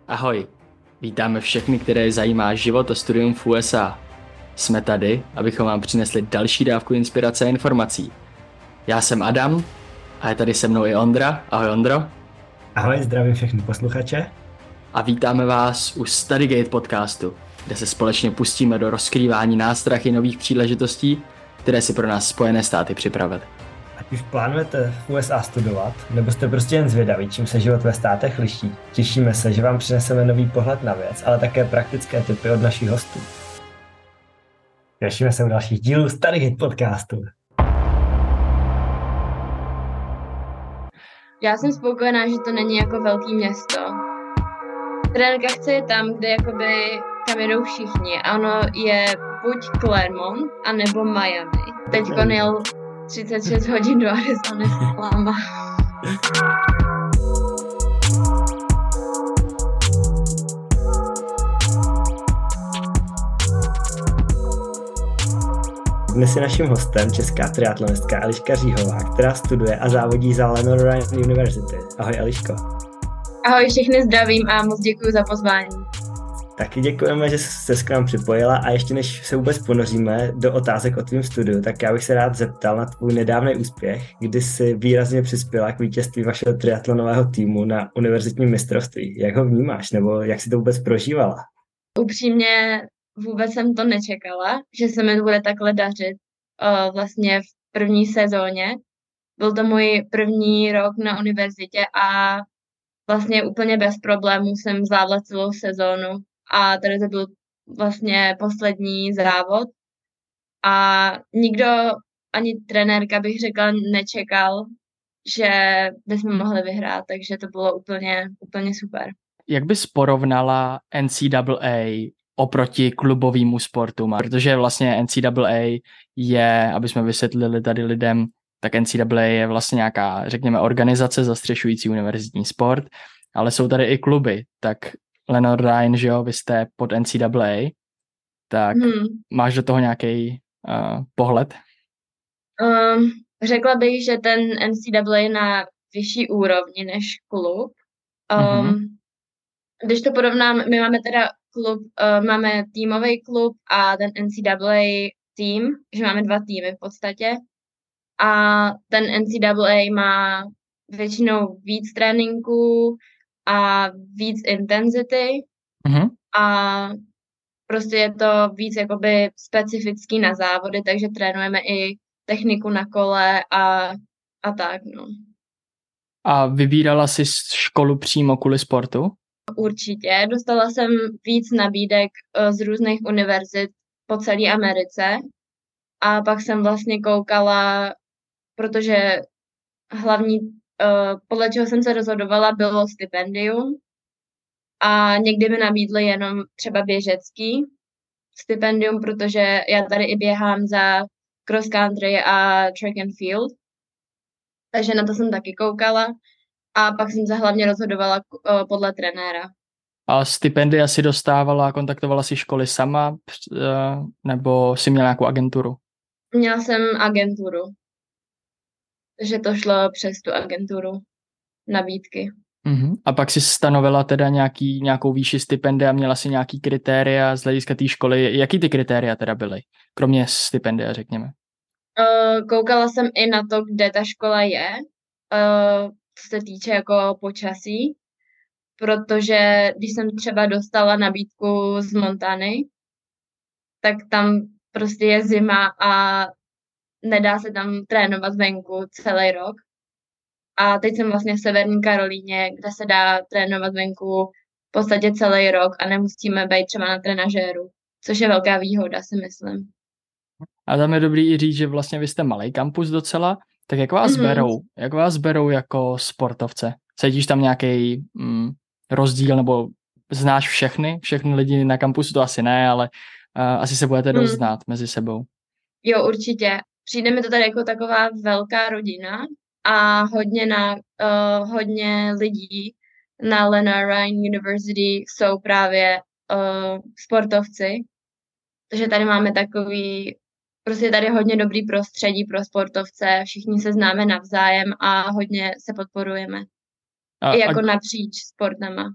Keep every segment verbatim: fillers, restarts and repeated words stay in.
Ahoj, vítáme všechny, které zajímá život a studium v U S A. Jsme tady, abychom vám přinesli další dávku inspirace a informací. Já jsem Adam a je tady se mnou i Ondra. Ahoj Ondro. Ahoj, zdravím všechny posluchače. A vítáme vás u StudyGate podcastu, kde se společně pustíme do rozkrývání nástrah i nových příležitostí, které si pro nás Spojené státy připravili. Ať už plánujete v U S A studovat, nebo jste prostě jen zvědaví, čím se život ve státech liší, těšíme se, že vám přineseme nový pohled na věc, ale také praktické tipy od našich hostů. Těšíme se u dalších dílů StudyGate podcastu. Já jsem spokojená, že to není jako velký město. Trenérka chce je tam, kde jakoby tam jedou všichni. A ono je buď Claremont, anebo Miami. Teďko nejel třicet šest hodin do Arizony s láma. Dnes je naším hostem česká triatlonistka Eliška Říhová, která studuje a závodí za Lenore Ryan University. Ahoj Eliško. Ahoj, všechny zdravím a moc děkuji za pozvání. Taky děkujeme, že jste se k nám připojila a ještě než se vůbec ponoříme do otázek o tvým studiu, tak já bych se rád zeptal na tvůj nedávný úspěch, kdy jsi výrazně přispěla k vítězství vašeho triatlonového týmu na univerzitním mistrovství. Jak ho vnímáš, nebo jak jsi to vůbec prožívala? Upřímně vůbec jsem to nečekala, že se mi bude takhle dařit uh, vlastně v první sezóně. Byl to můj první rok na univerzitě a vlastně úplně bez problémů jsem zvládla celou sezónu. A tady to byl vlastně poslední závod. A nikdo, ani trenérka bych řekla, nečekal, že bychom mohli vyhrát, takže to bylo úplně, úplně super. Jak bys porovnala N C A A oproti klubovému sportu? Protože vlastně N C A A je, aby jsme vysvětlili tady lidem, tak N C A A je vlastně nějaká, řekněme, organizace zastřešující univerzitní sport, ale jsou tady i kluby, tak Lenore Ryan, že jo, vy jste pod N C A A, tak hmm. máš do toho nějaký uh, pohled? Um, řekla bych, že ten N C A A je na vyšší úrovni než klub. Um, mm-hmm. Když to porovnám, my máme teda klub, uh, máme týmový klub a ten N C A A tým, že máme dva týmy v podstatě. A ten N C A A má většinou víc tréninků a víc intenzity. Mm-hmm. A prostě je to víc jakoby specifický na závody, takže trénujeme i techniku na kole a, a tak, no. A vybírala jsi školu přímo kvůli sportu? Určitě. Dostala jsem víc nabídek z různých univerzit po celé Americe a pak jsem vlastně koukala, protože hlavní, podle čeho jsem se rozhodovala, bylo stipendium a někdy mi nabídli jenom třeba běžecký stipendium, protože já tady i běhám za cross country a track and field, takže na to jsem taky koukala a pak jsem se hlavně rozhodovala uh, podle trenéra. A stipendia si dostávala, kontaktovala si školy sama, uh, nebo si měla nějakou agenturu? Měla jsem agenturu, takže to šlo přes tu agenturu nabídky. Uh-huh. A pak si stanovila teda nějaký, nějakou výši stipendia, měla si nějaký kritéria z hlediska té školy. Jaký ty kritéria teda byly, kromě stipendia, řekněme? Uh, koukala jsem i na to, kde ta škola je, uh, co se týče jako počasí, protože když jsem třeba dostala nabídku z Montany, tak tam prostě je zima a nedá se tam trénovat venku celý rok. A teď jsem vlastně v Severní Karolíně, kde se dá trénovat venku v podstatě celý rok a nemusíme být třeba na trenažéru, což je velká výhoda, si myslím. A tam je dobrý i říct, že vlastně vy jste malý kampus docela, tak jak vás mm-hmm. berou? Jak vás berou jako sportovce? Cítíš tam nějaký mm, rozdíl, nebo znáš všechny? Všechny lidi na kampusu to asi ne, ale uh, asi se budete dost znát mm. mezi sebou. Jo, určitě. Přijde mi to tady jako taková velká rodina a hodně, na, uh, hodně lidí na Lenore Ryan University jsou právě uh, sportovci. Takže tady máme takový, prostě tady hodně dobrý prostředí pro sportovce, všichni se známe navzájem a hodně se podporujeme. A, I jako a... napříč sportama.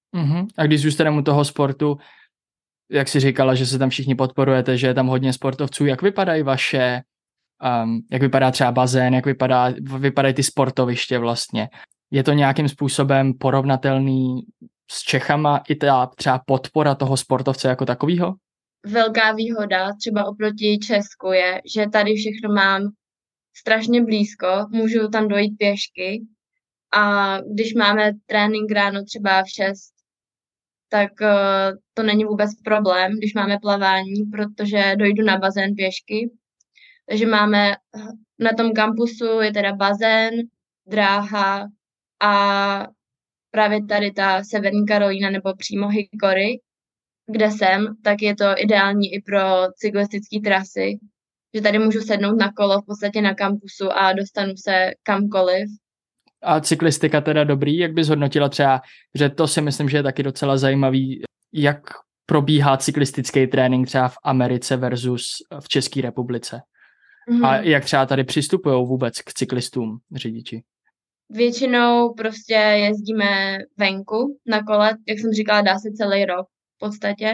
Uh-huh. A když zůstaneme u toho sportu, jak jsi říkala, že se tam všichni podporujete, že je tam hodně sportovců, jak vypadají vaše, um, jak vypadá třeba bazén, jak vypadá, vypadají ty sportoviště vlastně. Je to nějakým způsobem porovnatelný s Čechama i ta třeba podpora toho sportovce jako takového? Velká výhoda třeba oproti Česku je, že tady všechno mám strašně blízko, můžu tam dojít pěšky a když máme trénink ráno třeba v šest, tak uh, to není vůbec problém, když máme plavání, protože dojdu na bazén pěšky. Takže máme na tom kampusu je teda bazén, dráha a právě tady ta Severní Karolína nebo přímo Hickory, kde jsem, tak je to ideální i pro cyklistické trasy, že tady můžu sednout na kolo v podstatě na kampusu a dostanu se kamkoliv. A cyklistika teda dobrý, jak bys hodnotila třeba, že to si myslím, že je taky docela zajímavý, jak probíhá cyklistický trénink třeba v Americe versus v České republice. Mm-hmm. A jak třeba tady přistupují vůbec k cyklistům řidiči? Většinou prostě jezdíme venku na kole, jak jsem říkala, dá se celý rok v podstatě.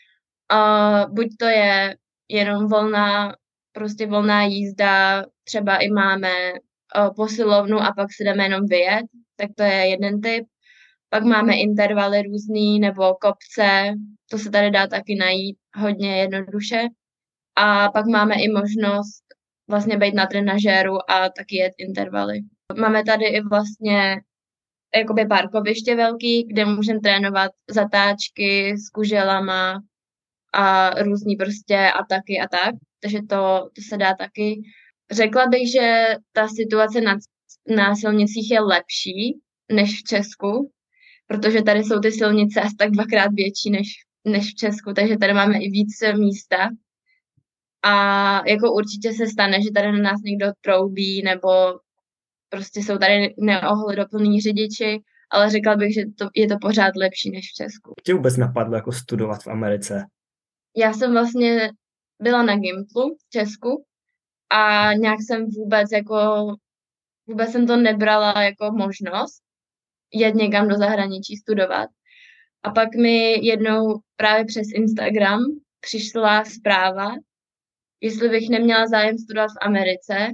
Uh, buď to je jenom volná, prostě volná jízda, třeba i máme uh, posilovnu a pak si jdeme jenom vyjet, tak to je jeden typ. Pak máme intervaly různý nebo kopce, to se tady dá taky najít hodně jednoduše. A pak máme i možnost vlastně být na trenažéru a taky jet intervaly. Máme tady i vlastně jakoby parkoviště velký, kde můžeme trénovat zatáčky s kuželama a různý prostě ataky a tak, takže to, to se dá taky. Řekla bych, že ta situace na, na silnicích je lepší než v Česku, protože tady jsou ty silnice asi tak dvakrát větší než, než v Česku, takže tady máme i víc místa. A jako určitě se stane, že tady na nás někdo troubí, nebo prostě jsou tady neohleduplní řidiči, ale řekla bych, že to, je to pořád lepší než v Česku. Tě vůbec napadlo jako studovat v Americe? Já jsem vlastně byla na Gimplu v Česku a nějak jsem vůbec jako, vůbec jsem to nebrala jako možnost jet někam do zahraničí studovat. A pak mi jednou právě přes Instagram přišla zpráva, jestli bych neměla zájem studovat v Americe,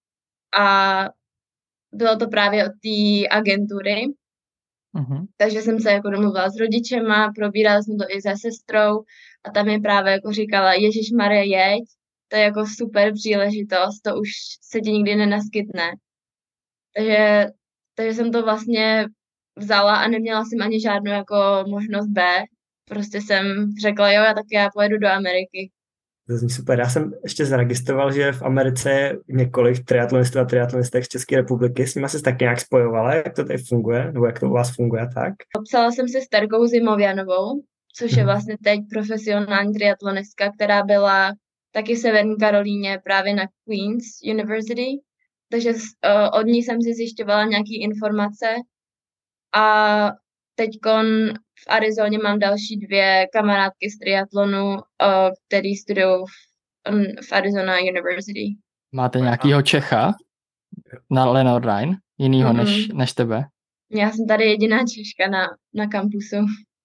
a bylo to právě od té agentury, uh-huh. Takže jsem se jako domluvila s rodičema, probírala jsem to i se sestrou a tam mi právě jako říkala, Ježišmarja, jeď, to je jako super příležitost, to už se ti nikdy nenaskytne. Takže, takže jsem to vlastně vzala a neměla jsem ani žádnou jako možnost B. Prostě jsem řekla, jo, já tak já pojedu do Ameriky. To zní super. Já jsem ještě zaregistroval, že v Americe je několik triatlonistů a triatlonistek z České republiky. S nimi se taky nějak spojovala, jak to tady funguje, nebo jak to u vás funguje, tak? Psala jsem se s Terkou Zimovianovou, což je vlastně teď profesionální triatlonistka, která byla taky v Severní Karolíně právě na Queen's University. Takže uh, od ní jsem si zjišťovala nějaké informace a teďkon v Arizoně mám další dvě kamarádky z triatlonu, uh, který studují v, v Arizona University. Máte nějakýho Čecha na Lenoir-Rhein, jinýho mm-hmm. než, než tebe? Já jsem tady jediná Češka na, na kampusu.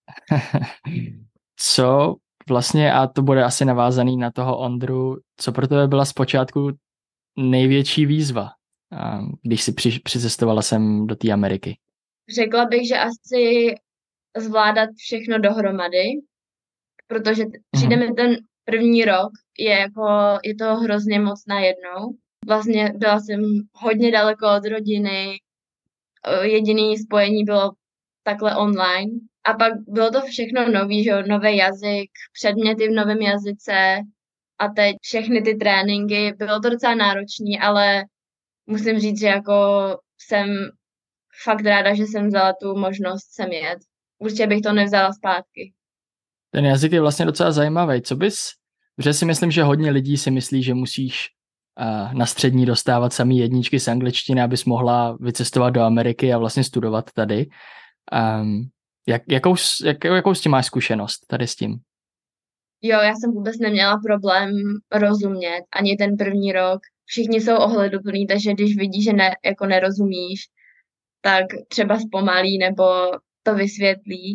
Co vlastně, a to bude asi navázaný na toho Ondru, co pro tebe byla zpočátku největší výzva, když jsi při, přicestovala sem do té Ameriky? Řekla bych, že asi zvládat všechno dohromady, protože přijde mi ten první rok, je jako, je to hrozně moc najednou. Vlastně byla jsem hodně daleko od rodiny, jediné spojení bylo takhle online. A pak bylo to všechno nový, že jo, nový jazyk, předměty v novém jazyce a teď všechny ty tréninky. Bylo to docela náročný, ale musím říct, že jako jsem fakt ráda, že jsem vzala tu možnost sem jet. Určitě bych to nevzala zpátky. Ten jazyk je vlastně docela zajímavý. Co bys, protože si myslím, že hodně lidí si myslí, že musíš uh, na střední dostávat samý jedničky z angličtiny, abys mohla vycestovat do Ameriky a vlastně studovat tady. Um, jak, jakou, jak, jakou s tím máš zkušenost tady s tím? Jo, já jsem vůbec neměla problém rozumět, ani ten první rok. Všichni jsou ohleduplní, takže když vidíš, že ne, jako nerozumíš, tak třeba zpomalí nebo to vysvětlí.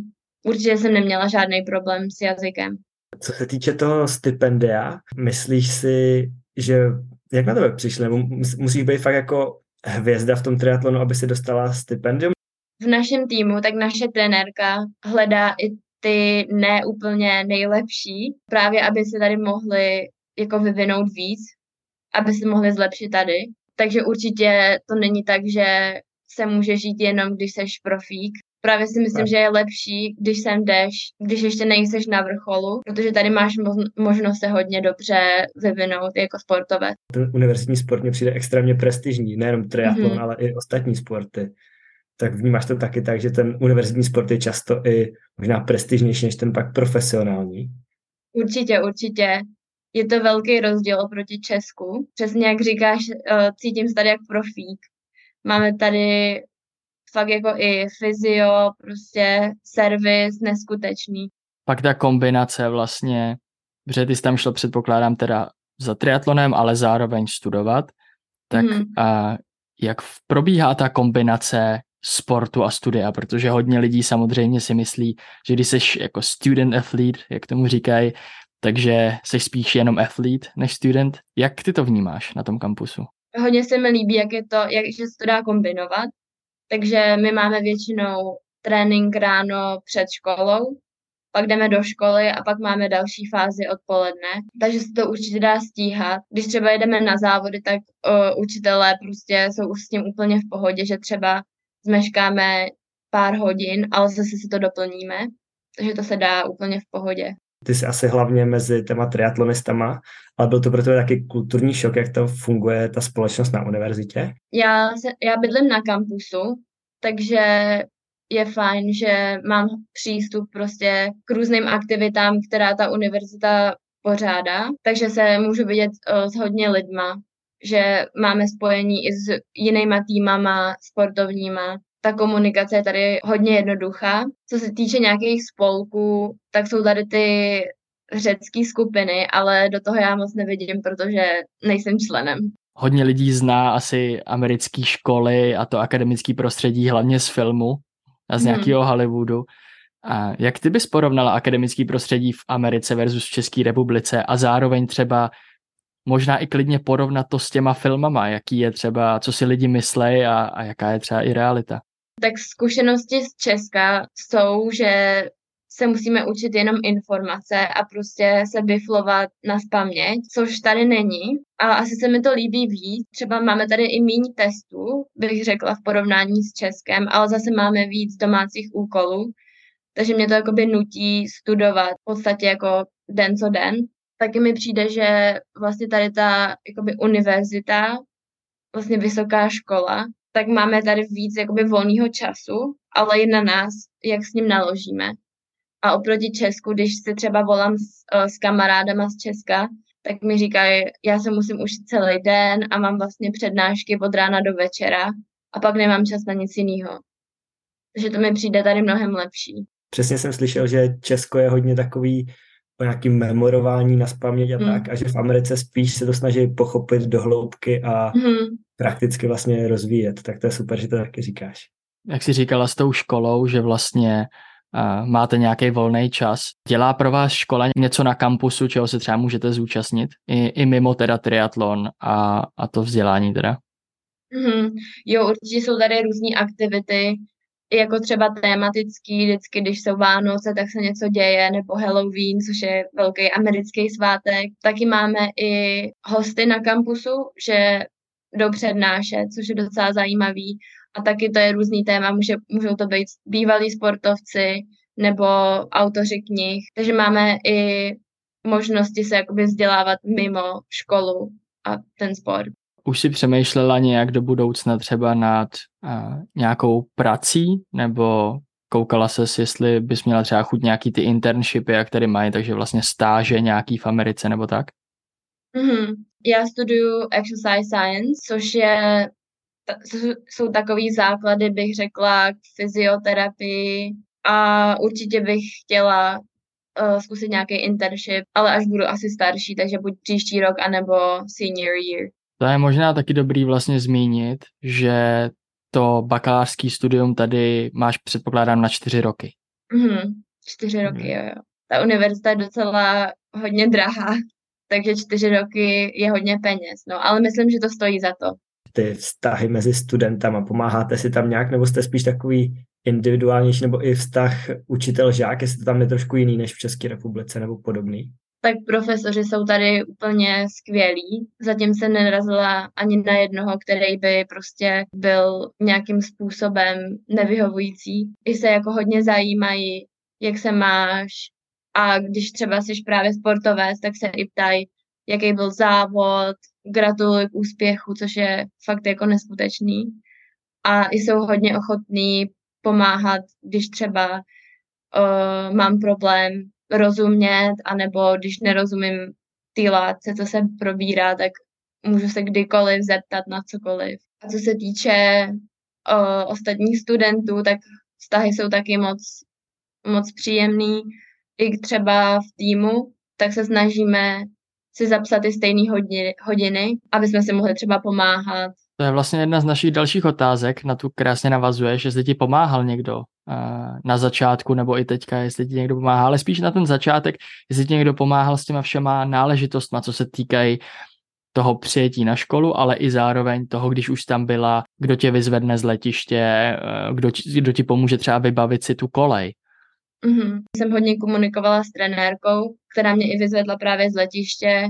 určitě jsem neměla žádný problém s jazykem. Co se týče toho stipendia, myslíš si, že jak na tebe přišli? Nebo musíš být fakt jako hvězda v tom triatlonu, aby si dostala stipendium? V našem týmu tak naše trenérka hledá i ty neúplně nejlepší, právě aby se tady mohli jako vyvinout víc, aby se mohli zlepšit tady. Takže určitě to není tak, že se může žít jenom, když seš profík. Právě si myslím, že je lepší, když sem jdeš, když ještě nejseš na vrcholu, protože tady máš možnost se hodně dobře vyvinout jako sportovec. Ten univerzitní sport mě přijde extrémně prestižní, nejenom triatlon, mm-hmm. ale i ostatní sporty. Tak vnímáš to taky tak, že ten univerzitní sport je často i možná prestižnější než ten pak profesionální? Určitě, určitě. Je to velký rozdíl oproti Česku. Přesně jak říkáš, cítím se tady jak profík. Máme tady fakt jako i fyzio, prostě servis neskutečný. Pak ta kombinace vlastně, protože ty jsi tam šel, předpokládám teda za triatlonem, ale zároveň studovat, tak mm. a jak probíhá ta kombinace sportu a studia, protože hodně lidí samozřejmě si myslí, že když jsi jako student athlete, jak tomu říkají, takže jsi spíš jenom athlete než student. Jak ty to vnímáš na tom kampusu? Hodně se mi líbí, jak je to, jak, že se to dá kombinovat. Takže my máme většinou trénink ráno před školou, pak jdeme do školy a pak máme další fázi odpoledne. Takže se to určitě dá stíhat. Když třeba jedeme na závody, tak uh, učitelé prostě jsou už s tím úplně v pohodě, že třeba zmeškáme pár hodin, ale zase si to doplníme. Takže to se dá úplně v pohodě. Ty jsi asi hlavně mezi těma triatlonistama, ale byl to pro tebe taky kulturní šok, jak to funguje ta společnost na univerzitě? Já, se, já bydlím na kampusu, takže je fajn, že mám přístup prostě k různým aktivitám, která ta univerzita pořádá, takže se můžu vidět uh, s hodně lidma, že máme spojení i s jinýma týmama sportovníma. Ta komunikace je tady hodně jednoduchá. Co se týče nějakých spolků, tak jsou tady ty řecké skupiny, ale do toho já moc nevidím, protože nejsem členem. Hodně lidí zná asi americké školy a to akademické prostředí hlavně z filmu a z hmm. nějakého Hollywoodu. A jak ty bys porovnala akademické prostředí v Americe versus v České republice a zároveň třeba možná i klidně porovnat to s těma filmama, jaký je třeba, co si lidi myslejí a, a jaká je třeba i realita? Tak zkušenosti z Česka jsou, že se musíme učit jenom informace a prostě se biflovat na paměť, což tady není. A asi se mi to líbí víc. Třeba máme tady i míň testů, bych řekla, v porovnání s Českem, ale zase máme víc domácích úkolů. Takže mě to jakoby nutí studovat v podstatě jako den co den. Taky mi přijde, že vlastně tady ta jakoby univerzita, vlastně vysoká škola, tak máme tady víc jakoby volného času, ale je na nás, jak s ním naložíme. A oproti Česku, když se třeba volám s, s kamarádama z Česka, tak mi říkají, já se musím učit celý den a mám vlastně přednášky od rána do večera a pak nemám čas na nic jiného. Takže to mi přijde tady mnohem lepší. Přesně jsem slyšel, že Česko je hodně takový o nějakým memorování nazpaměť a Hmm. tak, a že v Americe spíš se to snaží pochopit do hloubky a Hmm. prakticky vlastně rozvíjet. Tak to je super, že to taky říkáš. Jak jsi říkala s tou školou, že vlastně uh, máte nějaký volný čas. Dělá pro vás škola něco na kampusu, čeho se třeba můžete zúčastnit? I, i mimo teda triatlon a, a to vzdělání teda? Hmm. Jo, určitě jsou tady různé aktivity, jako třeba tematický, vždycky, když jsou Vánoce, tak se něco děje, nebo Halloween, což je velký americký svátek. Taky máme i hosty na kampusu, že jdou přednášet, což je docela zajímavý. A taky to je různý téma, může, můžou to být bývalí sportovci nebo autoři knih. Takže máme i možnosti se jakoby vzdělávat mimo školu a ten sport. Už si přemýšlela nějak do budoucna třeba nad uh, nějakou prací, nebo koukala ses, jestli bys měla třeba chuť nějaký ty internshipy, jak tady mají, takže vlastně stáže nějaký v Americe nebo tak? Mm-hmm. Já studuju exercise science, což je, jsou takový základy, bych řekla, k fyzioterapii a určitě bych chtěla uh, zkusit nějaký internship, ale až budu asi starší, takže buď příští rok, anebo senior year. To je možná taky dobrý vlastně zmínit, že to bakalářský studium tady máš předpokládám na čtyři roky. Mm-hmm. Čtyři roky, jo, jo. Ta univerzita je docela hodně drahá, takže čtyři roky je hodně peněz, no, ale myslím, že to stojí za to. Ty vztahy mezi studentama, pomáháte si tam nějak, nebo jste spíš takový individuálnější, nebo i vztah učitel-žák, jestli to tam je trošku jiný než v České republice, nebo podobný? Tak profesoři jsou tady úplně skvělí. Zatím se nenarazila ani na jednoho, který by prostě byl nějakým způsobem nevyhovující. I se jako hodně zajímají, jak se máš, a když třeba jsi právě sportovec, tak se i ptají, jaký byl závod, gratuluji k úspěchu, což je fakt jako neskutečný. A i jsou hodně ochotní pomáhat, když třeba uh, mám problém rozumět, anebo když nerozumím té látce, co se probírá, tak můžu se kdykoliv zeptat na cokoliv. A co se týče uh, ostatních studentů, tak vztahy jsou taky moc, moc příjemný. I třeba v týmu, tak se snažíme si zapsat ty stejné hodiny, hodiny, aby jsme si mohli třeba pomáhat. To je vlastně jedna z našich dalších otázek, na tu krásně navazuješ, jestli ti pomáhal někdo uh, na začátku, nebo i teďka, jestli ti někdo pomáhá, ale spíš na ten začátek, jestli ti někdo pomáhal s těma všema náležitostma, co se týkají toho přijetí na školu, ale i zároveň toho, když už tam byla, kdo tě vyzvedne z letiště, uh, kdo, kdo ti pomůže třeba vybavit si tu kolej. Mm-hmm. Jsem hodně komunikovala s trenérkou, která mě i vyzvedla právě z letiště.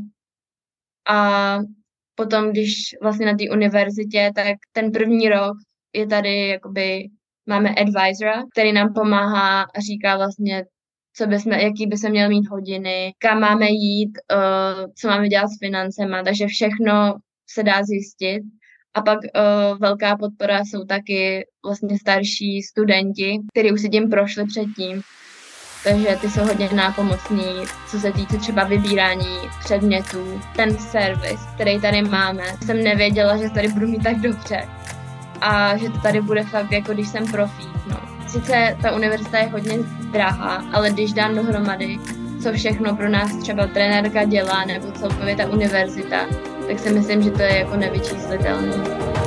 A potom, když vlastně na té univerzitě, tak ten první rok je tady, jakoby, máme advisora, který nám pomáhá a říká vlastně, co by jsme, jaký by se měl mít hodiny, kam máme jít, uh, co máme dělat s financema, takže všechno se dá zjistit. A pak uh, velká podpora jsou taky vlastně starší studenti, kteří už si tím prošli předtím. Takže ty jsou hodně nápomocní, co se týče třeba vybírání předmětů. Ten servis, který tady máme, jsem nevěděla, že tady budu mít tak dobře. A že to tady bude fakt, jako když jsem profík. No. Sice ta univerzita je hodně drahá, ale když dám dohromady, co všechno pro nás třeba trenérka dělá, nebo celkově ta univerzita, tak si myslím, že to je jako nevyčíslitelné.